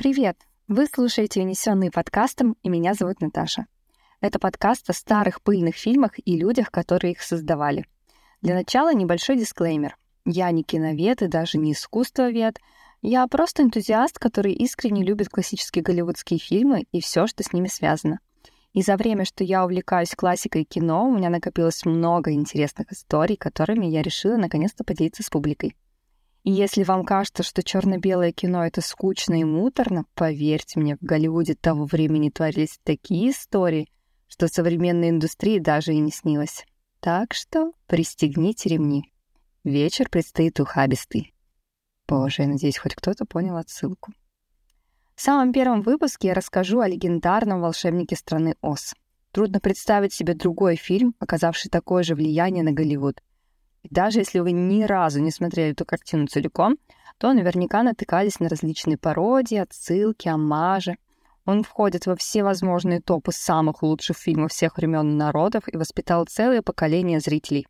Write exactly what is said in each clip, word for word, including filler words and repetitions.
Привет! Вы слушаете «Унесённые подкастом», и меня зовут Наташа. Это подкаст о старых пыльных фильмах и людях, которые их создавали. Для начала небольшой дисклеймер. Я не киновед и даже не искусствовед. Я просто энтузиаст, который искренне любит классические голливудские фильмы и все, что с ними связано. И за время, что я увлекаюсь классикой кино, у меня накопилось много интересных историй, которыми я решила наконец-то поделиться с публикой. И если вам кажется, что черно-белое кино — это скучно и муторно, поверьте мне, в Голливуде того времени творились такие истории, что современной индустрии даже и не снилось. Так что пристегните ремни. Вечер предстоит ухабистый. Боже, я надеюсь, хоть кто-то понял отсылку. В самом первом выпуске я расскажу о легендарном волшебнике страны Оз. Трудно представить себе другой фильм, оказавший такое же влияние на Голливуд. И даже если вы ни разу не смотрели эту картину целиком, то наверняка натыкались на различные пародии, отсылки, оммажи. Он входит во все возможные топы самых лучших фильмов всех времен и народов и воспитал целое поколение зрителей.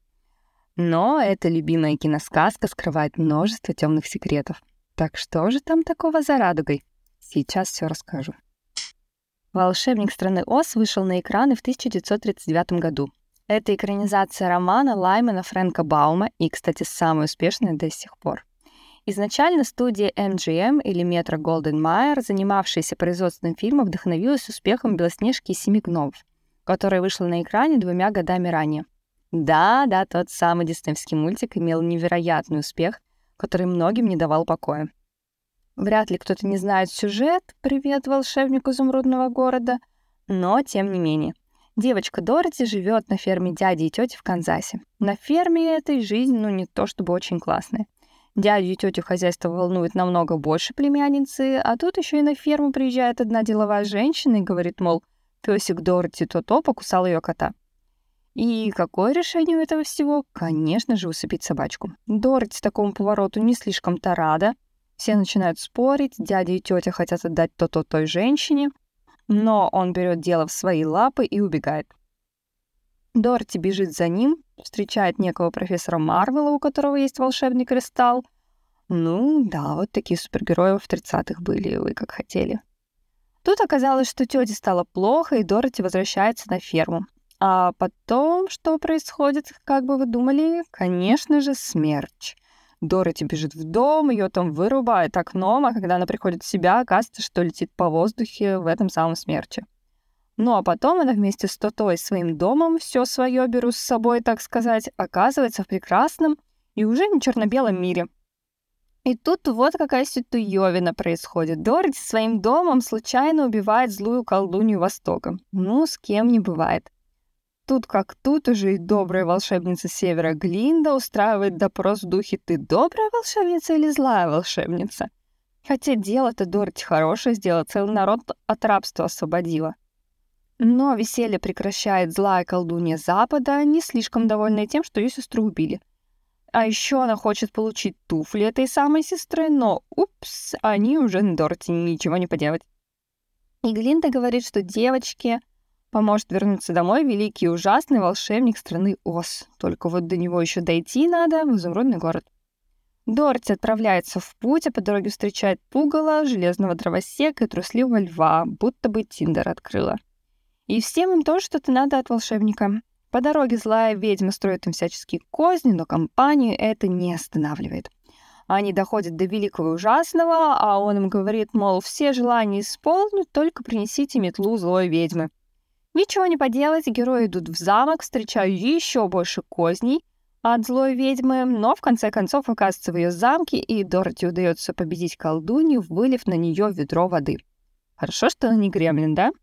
Но эта любимая киносказка скрывает множество темных секретов. Так что же там такого за радугой? Сейчас все расскажу. «Волшебник страны Оз» вышел на экраны в тысяча девятьсот тридцать девятом году. Это экранизация романа Лаймана Фрэнка Баума и, кстати, самая успешная до сих пор. Изначально студия эм джи эм или Metro Goldwyn Mayer, занимавшаяся производством фильма, вдохновилась успехом «Белоснежки и семи гномов», которая вышла на экране двумя годами ранее. Да-да, тот самый диснеевский мультик имел невероятный успех, который многим не давал покоя. Вряд ли кто-то не знает сюжет «Привет, волшебник изумрудного города», но тем не менее. Девочка Дороти живет на ферме дяди и тети в Канзасе. На ферме этой жизнь, ну, не то чтобы очень классная. Дядю и тетю хозяйство волнует намного больше племянницы, а тут еще и на ферму приезжает одна деловая женщина и говорит, мол, песик Дороти то-то покусал ее кота. И какое решение у этого всего? Конечно же, усыпить собачку. Дороти такому повороту не слишком-то рада. Все начинают спорить, дядя и тетя хотят отдать то-то той женщине, но он берет дело в свои лапы и убегает. Дороти бежит за ним, встречает некого профессора Марвела, у которого есть волшебный кристалл. Ну да, вот такие супергерои в тридцатых были, вы как хотели. Тут оказалось, что тете стало плохо, и Дороти возвращается на ферму. А потом что происходит, как бы вы думали? Конечно же, смерть. Дороти бежит в дом, ее там вырубает окном, а когда она приходит в себя, оказывается, что летит по воздуху в этом самом смерче. Ну а потом она вместе с Тотой своим домом, все свое беру с собой, так сказать, оказывается в прекрасном и уже не черно-белом мире. И тут вот какая ситуевина происходит. Дороти своим домом случайно убивает злую колдунью Востока. Ну, с кем не бывает. Тут как тут уже и добрая волшебница Севера Глинда устраивает допрос в духе «Ты добрая волшебница или злая волшебница?» Хотя дело-то Дороти хорошее сделала, целый народ от рабства освободила. Но веселье прекращает злая колдунья Запада, не слишком довольная тем, что ее сестру убили. А еще она хочет получить туфли этой самой сестры, но, упс, они уже на Дороти ничего не поделать. И Глинда говорит, что девочке поможет вернуться домой великий и ужасный волшебник страны Оз. Только вот до него еще дойти надо в изумрудный город. Дороти отправляется в путь, а по дороге встречает пугала, железного дровосека и трусливого льва, будто бы Тиндер открыла. И всем им тоже что-то надо от волшебника. По дороге злая ведьма строит им всяческие козни, но компанию это не останавливает. Они доходят до великого и ужасного, а он им говорит, мол, все желания исполню, только принесите метлу злой ведьмы. Ничего не поделать, герои идут в замок, встречают еще больше козней от злой ведьмы, но в конце концов оказывается в ее замке, и Дороти удается победить колдунью, вылив на нее ведро воды. Хорошо, что она не гремлин, да?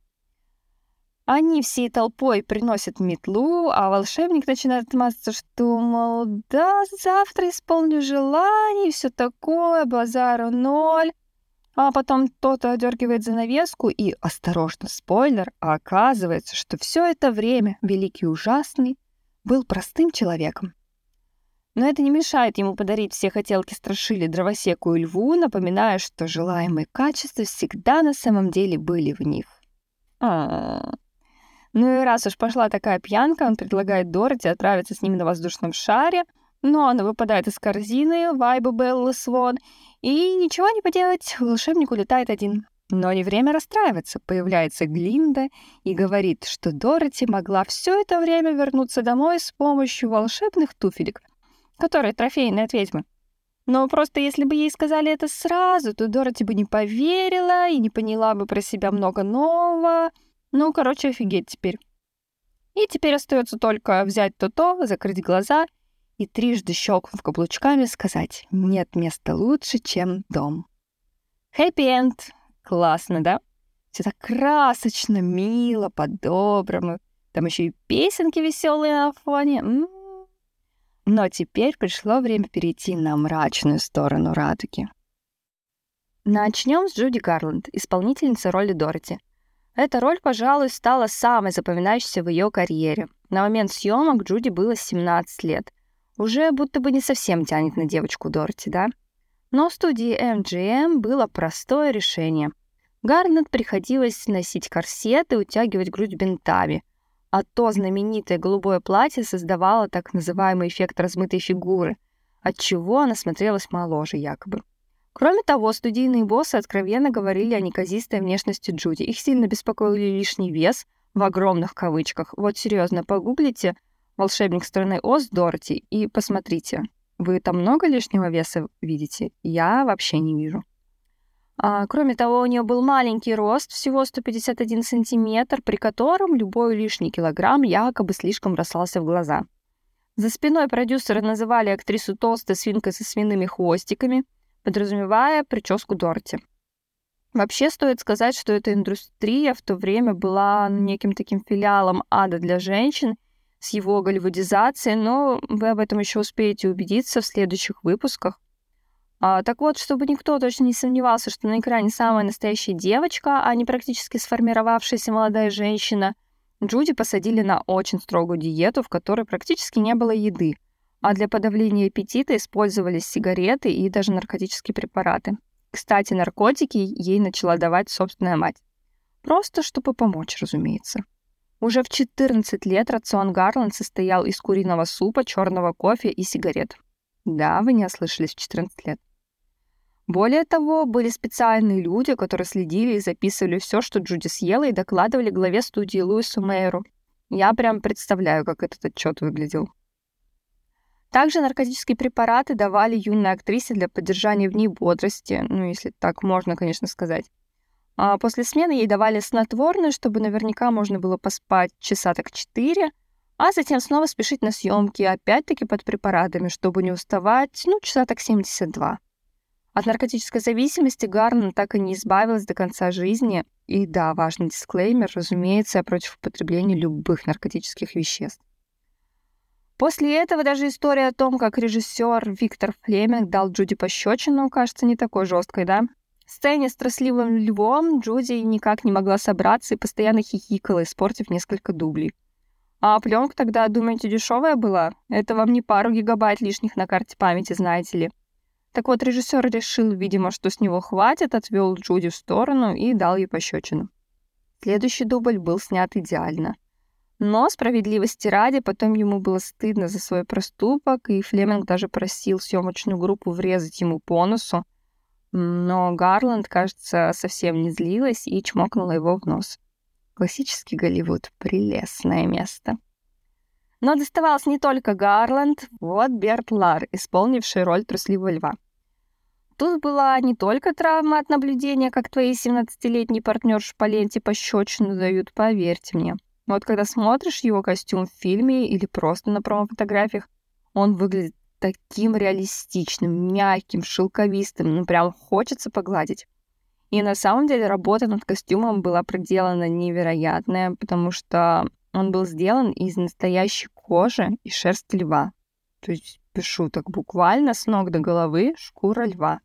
Они всей толпой приносят метлу, а волшебник начинает отмазаться, что, мол, да, завтра исполню желание, и все такое, базару ноль. А потом кто-то одергивает занавеску, и, осторожно, спойлер, оказывается, что все это время великий и ужасный был простым человеком. Но это не мешает ему подарить все хотелки страшили дровосеку и льву, напоминая, что желаемые качества всегда на самом деле были в них. А-а-а. Ну и раз уж пошла такая пьянка, он предлагает Дороти отправиться с ним на воздушном шаре, но она выпадает из корзины, вайбы Беллы Свон, и ничего не поделать, волшебник улетает один. Но не время расстраиваться. Появляется Глинда и говорит, что Дороти могла все это время вернуться домой с помощью волшебных туфелек, которые трофейные от ведьмы. Но просто если бы ей сказали это сразу, то Дороти бы не поверила и не поняла бы про себя много нового. Ну, короче, офигеть теперь. И теперь остается только взять то-то, закрыть глаза и трижды щелкнув каблучками сказать: «Нет места лучше, чем дом». Хэппи-энд. Классно, да? Все так красочно, мило, по-доброму. Там еще и песенки веселые на фоне. М-м-м. Но теперь пришло время перейти на мрачную сторону радуги. Начнем с Джуди Гарланд, исполнительницы роли Дороти. Эта роль, пожалуй, стала самой запоминающейся в ее карьере. На момент съемок Джуди было семнадцать лет. Уже будто бы не совсем тянет на девочку Дороти, да? Но в студии эм джи эм было простое решение. Гарланд приходилось носить корсет и утягивать грудь бинтами, а то знаменитое голубое платье создавало так называемый эффект размытой фигуры, отчего она смотрелась моложе якобы. Кроме того, студийные боссы откровенно говорили о неказистой внешности Джуди. Их сильно беспокоил лишний вес, в огромных кавычках. Вот серьезно, погуглите «Волшебник страны Оз» Дороти и посмотрите. Вы там много лишнего веса видите? Я вообще не вижу. А, кроме того, у нее был маленький рост, всего сто пятьдесят один сантиметр, при котором любой лишний килограмм якобы слишком бросался в глаза. За спиной продюсеры называли актрису толстой свинкой со свиными хвостиками, подразумевая прическу Дороти. Вообще стоит сказать, что эта индустрия в то время была неким таким филиалом ада для женщин с его голливудизацией, но вы об этом еще успеете убедиться в следующих выпусках. А, так вот, чтобы никто точно не сомневался, что на экране самая настоящая девочка, а не практически сформировавшаяся молодая женщина, Джуди посадили на очень строгую диету, в которой практически не было еды, а для подавления аппетита использовались сигареты и даже наркотические препараты. Кстати, наркотики ей начала давать собственная мать. Просто чтобы помочь, разумеется. Уже в четырнадцать лет рацион Гарланд состоял из куриного супа, черного кофе и сигарет. Да, вы не ослышались, в четырнадцать лет. Более того, были специальные люди, которые следили и записывали все, что Джуди съела, и докладывали главе студии Луису Мейеру. Я прям представляю, как этот отчет выглядел. Также наркотические препараты давали юной актрисе для поддержания в ней бодрости, ну, если так можно, конечно, сказать. А после смены ей давали снотворное, чтобы наверняка можно было поспать часа так четыре, а затем снова спешить на съемки, опять-таки под препаратами, чтобы не уставать, ну, часа так семьдесят два. От наркотической зависимости Гарланд так и не избавилась до конца жизни. И да, важный дисклеймер, разумеется, против употребления любых наркотических веществ. После этого даже история о том, как режиссер Виктор Флеминг дал Джуди пощечину, кажется не такой жесткой, да? В сцене с трусливым львом Джуди никак не могла собраться и постоянно хихикала, испортив несколько дублей. А пленка тогда, думаете, дешевая была? Это вам не пару гигабайт лишних на карте памяти, знаете ли. Так вот, режиссер решил, видимо, что с него хватит, отвел Джуди в сторону и дал ей пощечину. Следующий дубль был снят идеально. Но, справедливости ради, потом ему было стыдно за свой проступок, и Флеминг даже просил съемочную группу врезать ему по носу. Но Гарланд, кажется, совсем не злилась и чмокнула его в нос. Классический Голливуд — прелестное место. Но доставалось не только Гарланд, вот Берт Лар, исполнивший роль трусливого льва. Тут была не только травма от наблюдения, как твои семнадцатилетний партнерши по ленте пощечину дают, поверьте мне. Вот когда смотришь его костюм в фильме или просто на промо-фотографиях, он выглядит таким реалистичным, мягким, шелковистым, ну прям хочется погладить. И на самом деле работа над костюмом была проделана невероятная, потому что он был сделан из настоящей кожи и шерсти льва. То есть, без шуток, буквально с ног до головы шкура льва.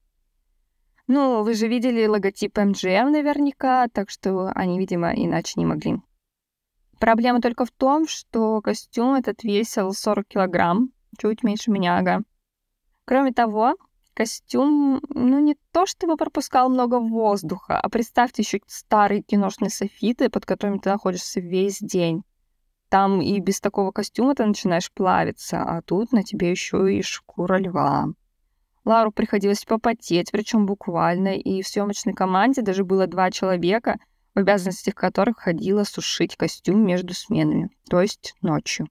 Ну, вы же видели логотип эм джи эм наверняка, так что они, видимо, иначе не могли. Проблема только в том, что костюм этот весил сорок килограмм, чуть меньше меня, ага. Кроме того, костюм, ну, не то чтобы пропускал много воздуха, а представьте еще старые киношные софиты, под которыми ты находишься весь день. Там и без такого костюма ты начинаешь плавиться, а тут на тебе еще и шкура льва. Лару приходилось попотеть, причем буквально, и в съемочной команде даже было два человека, в обязанностях которых входило сушить костюм между сменами, то есть ночью.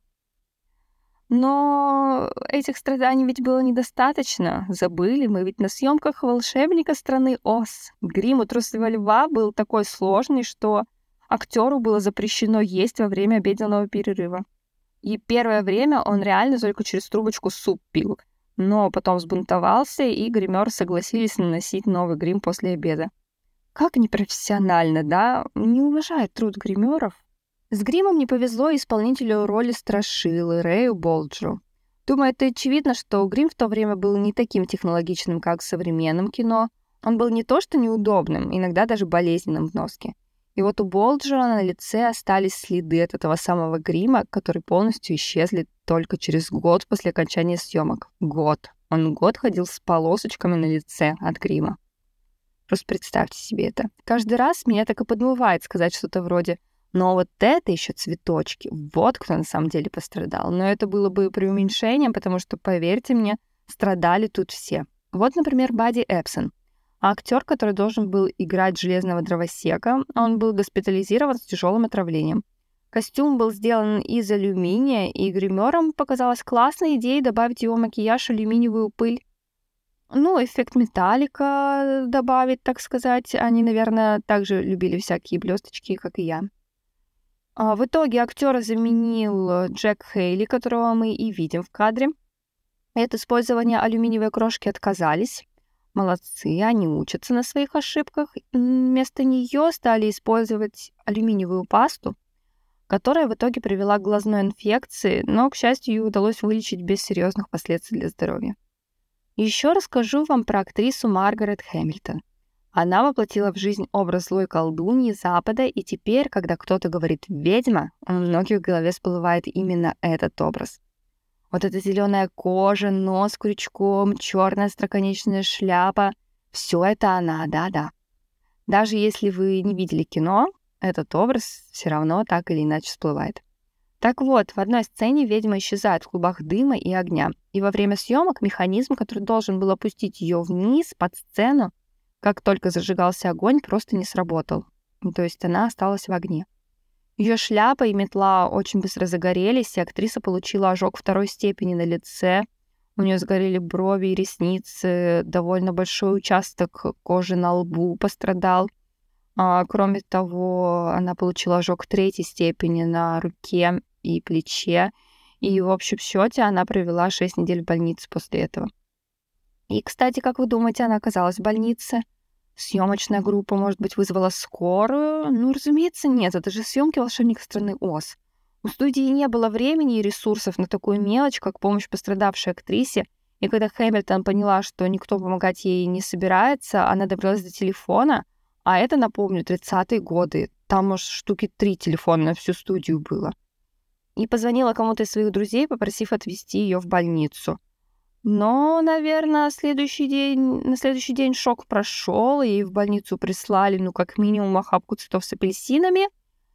Но этих страданий ведь было недостаточно. Забыли, мы ведь на съемках волшебника страны Оз. Грим у трусливого льва был такой сложный, что актеру было запрещено есть во время обеденного перерыва. И первое время он реально только через трубочку суп пил. Но потом взбунтовался, и гримеры согласились наносить новый грим после обеда. Как непрофессионально, да? Не уважают труд гримеров. С гримом не повезло исполнителю роли Страшилы Рэю Болджеру. Думаю, это очевидно, что грим в то время был не таким технологичным, как в современном кино. Он был не то что неудобным, иногда даже болезненным в носке. И вот у Болджера на лице остались следы от этого самого грима, которые полностью исчезли только через год после окончания съемок. Год. Он год ходил с полосочками на лице от грима. Просто представьте себе это. Каждый раз меня так и подмывает сказать что-то вроде «но вот это еще цветочки, вот кто на самом деле пострадал». Но это было бы преуменьшением, потому что, поверьте мне, страдали тут все. Вот, например, Бадди Эпсон. Актер, который должен был играть железного дровосека, он был госпитализирован с тяжелым отравлением. Костюм был сделан из алюминия, и гримерам показалась классной идеей добавить в его макияж алюминиевую пыль. Ну, эффект металлика добавить, так сказать. Они, наверное, также любили всякие блесточки, как и я. А в итоге актера заменил Джек Хейли, которого мы и видим в кадре. И от использования алюминиевой крошки отказались. Молодцы, они учатся на своих ошибках. Вместо нее стали использовать алюминиевую пасту, которая в итоге привела к глазной инфекции, но, к счастью, ее удалось вылечить без серьезных последствий для здоровья. Еще расскажу вам про актрису Маргарет Хэмилтон. Она воплотила в жизнь образ злой колдуньи Запада, и теперь, когда кто-то говорит «ведьма», у многих в голове всплывает именно этот образ. Вот эта зеленая кожа, нос крючком, черная остроконечная шляпа — все это она, да-да. Даже если вы не видели кино, этот образ все равно так или иначе всплывает. Так вот, в одной сцене ведьма исчезает в клубах дыма и огня, и во время съемок механизм, который должен был опустить ее вниз под сцену, как только зажигался огонь, просто не сработал. То есть она осталась в огне. Ее шляпа и метла очень быстро загорелись, и актриса получила ожог второй степени на лице. У нее сгорели брови и ресницы, довольно большой участок кожи на лбу пострадал. А, кроме того, она получила ожог третьей степени на руке и плече. И в общем счете она провела шесть недель в больнице после этого. И, кстати, как вы думаете, она оказалась в больнице? Съемочная группа, может быть, вызвала скорую? Ну, разумеется, нет. Это же съемки «Волшебника страны Оз». У студии не было времени и ресурсов на такую мелочь, как помощь пострадавшей актрисе. И когда Хэмилтон поняла, что никто помогать ей не собирается, она добралась до телефона. А это, напомню, тридцатые годы. Там, может, штуки три телефона на всю студию было. И позвонила кому-то из своих друзей, попросив отвезти ее в больницу. Но, наверное, следующий день, на следующий день шок прошел, и в больницу прислали, ну, как минимум, охапку цветов с апельсинами,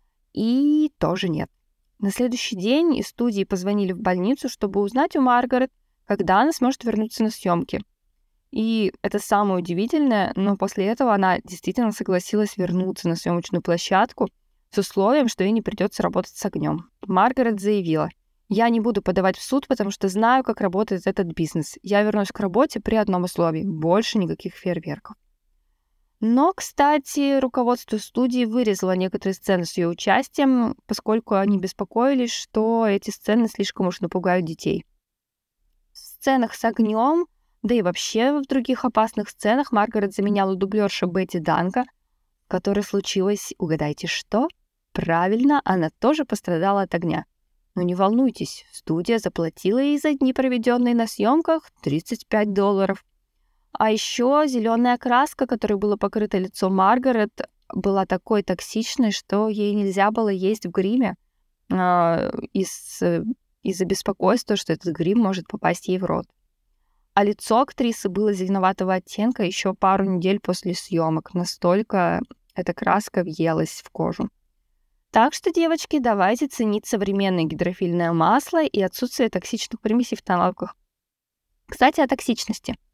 и тоже нет. На следующий день из студии позвонили в больницу, чтобы узнать у Маргарет, когда она сможет вернуться на съемки. И это самое удивительное, но после этого она действительно согласилась вернуться на съемочную площадку с условием, что ей не придется работать с огнем. Маргарет заявила: «Я не буду подавать в суд, потому что знаю, как работает этот бизнес. Я вернусь к работе при одном условии — больше никаких фейерверков». Но, кстати, руководство студии вырезало некоторые сцены с ее участием, поскольку они беспокоились, что эти сцены слишком уж напугают детей. В сценах с огнем, да и вообще в других опасных сценах, Маргарет заменяла дублерша Бетти Данка, которой случилось, угадайте что? Правильно, она тоже пострадала от огня. Но не волнуйтесь, студия заплатила ей за дни, проведенные на съемках, тридцать пять долларов. А еще зеленая краска, которой было покрыто лицо Маргарет, была такой токсичной, что ей нельзя было есть в гриме э, из, из-за беспокойства, что этот грим может попасть ей в рот. А лицо актрисы было зеленоватого оттенка еще пару недель после съемок. Настолько эта краска въелась в кожу. Так что, девочки, давайте ценить современное гидрофильное масло и отсутствие токсичных примесей в тоналках. Кстати, о токсичности. В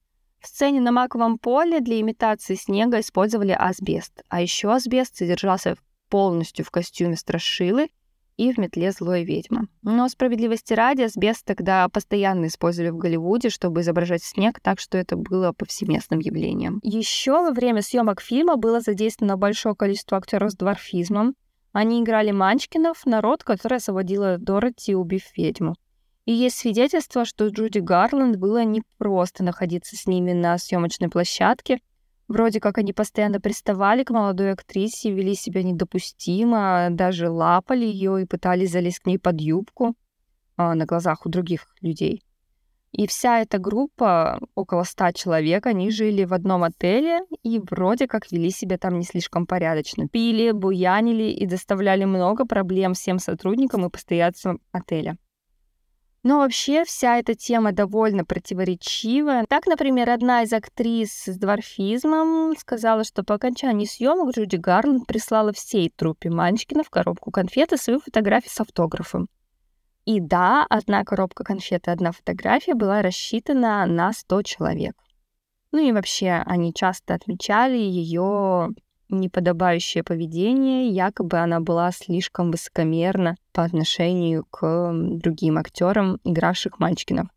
В сцене на маковом поле для имитации снега использовали асбест, а еще асбест содержался полностью в костюме Страшилы и в метле злой ведьмы. Но справедливости ради, асбест тогда постоянно использовали в Голливуде, чтобы изображать снег, так что это было повсеместным явлением. Еще во время съемок фильма было задействовано большое количество актеров с дворфизмом. Они играли Манчкинов, народ, который освободила Дороти, убив ведьму. И есть свидетельство, что Джуди Гарланд было непросто находиться с ними на съемочной площадке. Вроде как они постоянно приставали к молодой актрисе, вели себя недопустимо, даже лапали ее и пытались залезть к ней под юбку а, на глазах у других людей. И вся эта группа, около ста человек, они жили в одном отеле и вроде как вели себя там не слишком порядочно. Пили, буянили и доставляли много проблем всем сотрудникам и постояльцам отеля. Но вообще вся эта тема довольно противоречивая. Так, например, одна из актрис с дворфизмом сказала, что по окончании съемок Джуди Гарланд прислала всей труппе Манчкинов коробку конфет и свою фотографию с автографом. И да, одна коробка конфет и одна фотография была рассчитана на сто человек. Ну и вообще, они часто отмечали ее неподобающее поведение, якобы она была слишком высокомерна по отношению к другим актерам, игравших Манчкинов.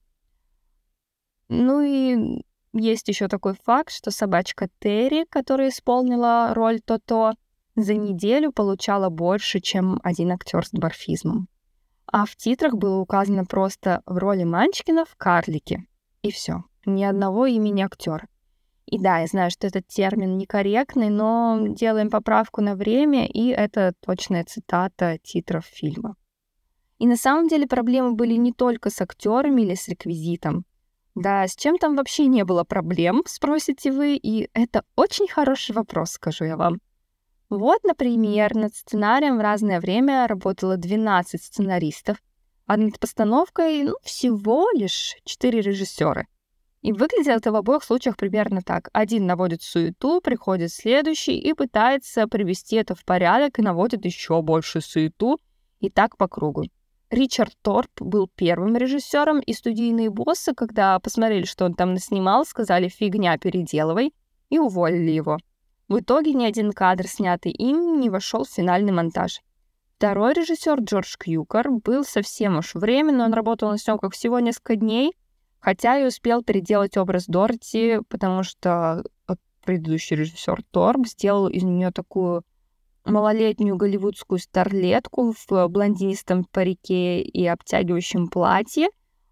Ну и есть еще такой факт, что собачка Терри, которая исполнила роль То-То, за неделю получала больше, чем один актер с дворфизмом. А в титрах было указано просто в роли Манчкинов карлики. И все. Ни одного имени актера. И да, я знаю, что этот термин некорректный, но делаем поправку на время, и это точная цитата титров фильма. И на самом деле проблемы были не только с актерами или с реквизитом. Да, с чем там вообще не было проблем, спросите вы, и это очень хороший вопрос, скажу я вам. Вот, например, над сценарием в разное время работало двенадцать сценаристов, а над постановкой ну, всего лишь четыре режиссера. И выглядело это в обоих случаях примерно так. Один наводит суету, приходит следующий и пытается привести это в порядок и наводит еще большую суету, и так по кругу. Ричард Торп был первым режиссером, и студийные боссы, когда посмотрели, что он там наснимал, сказали «фигня, переделывай», и уволили его. В итоге ни один кадр, снятый им, не вошел в финальный монтаж. Второй режиссер, Джордж Кьюкер, был совсем уж временно, он работал на съемках всего несколько дней, хотя и успел переделать образ Дороти, потому что предыдущий режиссер Торп сделал из нее такую малолетнюю голливудскую старлетку в блондинистом парике и обтягивающем платье.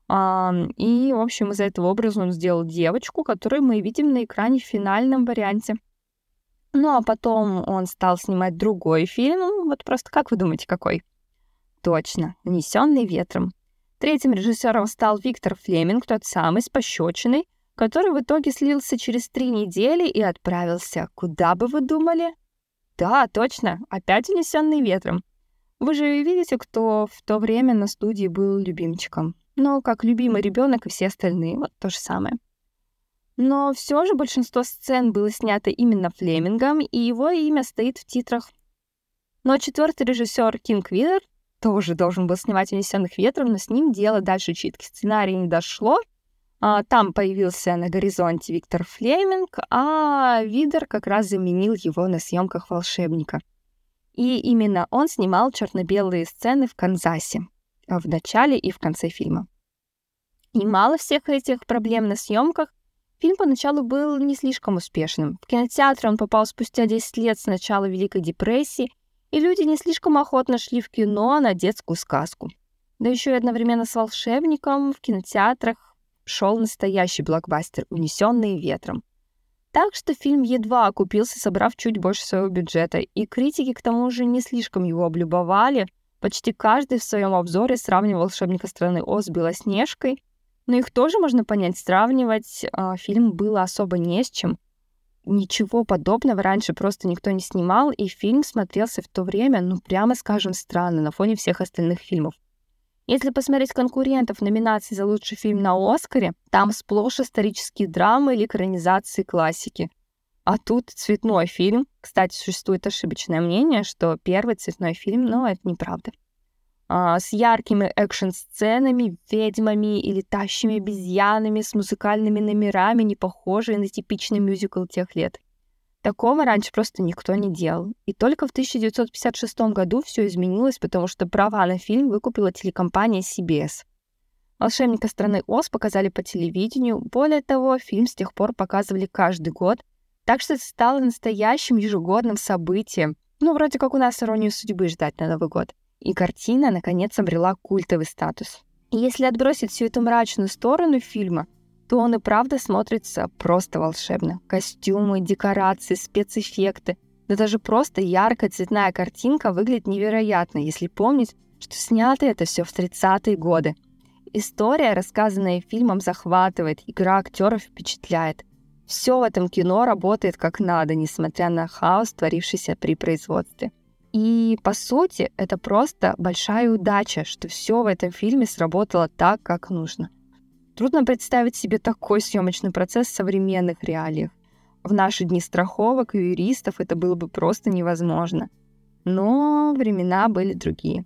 И, в общем, из этого образа он сделал девочку, которую мы видим на экране в финальном варианте. Ну, а потом он стал снимать другой фильм. Вот просто как вы думаете, какой? Точно, «Унесённый ветром». Третьим режиссером стал Виктор Флеминг, тот самый, с пощечиной, который в итоге слился через три недели и отправился. Куда бы вы думали? Да, точно, опять «Унесённый ветром». Вы же видите, кто в то время на студии был любимчиком. Ну, как любимый ребенок и все остальные, вот то же самое. Но все же большинство сцен было снято именно Флемингом, и его имя стоит в титрах. Но четвертый режиссер Кинг Видер тоже должен был снимать «Унесённых ветром», но с ним дело дальше читки сценария не дошло. А, там появился на горизонте Виктор Флеминг, а Видер как раз заменил его на съемках «Волшебника». И именно он снимал черно-белые сцены в Канзасе в начале и в конце фильма. И мало всех этих проблем на съемках, фильм поначалу был не слишком успешным. В кинотеатр он попал спустя десять лет с начала Великой депрессии, и люди не слишком охотно шли в кино на детскую сказку. Да еще и одновременно с «Волшебником» в кинотеатрах шел настоящий блокбастер «Унесённые ветром». Так что фильм едва окупился, собрав чуть больше своего бюджета, и критики к тому же не слишком его облюбовали. Почти каждый в своем обзоре сравнивал «Волшебника страны Оз» с «Белоснежкой», но их тоже можно понять, сравнивать а, фильм было особо не с чем. Ничего подобного раньше просто никто не снимал, и фильм смотрелся в то время, ну, прямо скажем, странно на фоне всех остальных фильмов. Если посмотреть конкурентов номинаций за лучший фильм на «Оскаре», там сплошь исторические драмы или экранизации классики. А тут цветной фильм. Кстати, существует ошибочное мнение, что первый цветной фильм, но это неправда. а, с яркими экшн-сценами, ведьмами и летающими обезьянами, с музыкальными номерами, не похожие на типичный мюзикл тех лет. Такого раньше просто никто не делал. И только в тысяча девятьсот пятьдесят шестом году все изменилось, потому что права на фильм выкупила телекомпания си би эс. «Волшебника страны Оз» показали по телевидению. Более того, фильм с тех пор показывали каждый год, так что это стало настоящим ежегодным событием. Ну, вроде как у нас «Иронию судьбы» ждать на Новый год. И картина, наконец, обрела культовый статус. И если отбросить всю эту мрачную сторону фильма, то он и правда смотрится просто волшебно. Костюмы, декорации, спецэффекты, да даже просто яркая цветная картинка выглядит невероятно, если помнить, что снято это все в тридцатые годы. История, рассказанная фильмом, захватывает, игра актеров впечатляет. Все в этом кино работает как надо, несмотря на хаос, творившийся при производстве. И, по сути, это просто большая удача, что все в этом фильме сработало так, как нужно. Трудно представить себе такой съемочный процесс в современных реалиях. В наши дни страховок и юристов это было бы просто невозможно. Но времена были другие.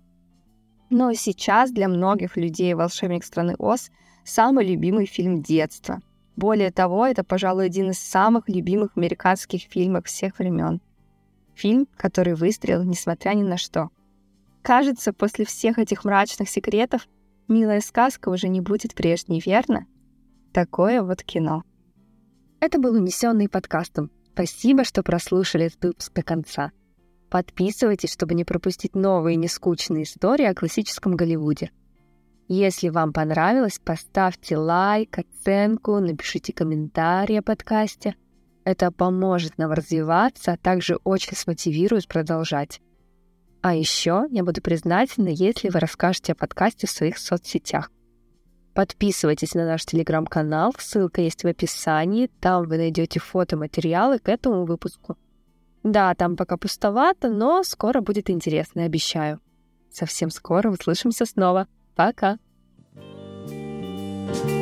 Но сейчас для многих людей «Волшебник страны Оз» — самый любимый фильм детства. Более того, это, пожалуй, один из самых любимых американских фильмов всех времен. Фильм, который выстрелил несмотря ни на что. Кажется, после всех этих мрачных секретов милая сказка уже не будет прежней, верно? Такое вот кино. Это был «Унесённый подкастом». Спасибо, что прослушали этот выпуск до конца. Подписывайтесь, чтобы не пропустить новые нескучные истории о классическом Голливуде. Если вам понравилось, поставьте лайк, оценку, напишите комментарий о подкасте. Это поможет нам развиваться, а также очень смотивирует продолжать. А еще я буду признательна, если вы расскажете о подкасте в своих соцсетях. Подписывайтесь на наш телеграм-канал, ссылка есть в описании, там вы найдете фотоматериалы к этому выпуску. Да, там пока пустовато, но скоро будет интересно, обещаю. Совсем скоро услышимся снова. Пока! thank you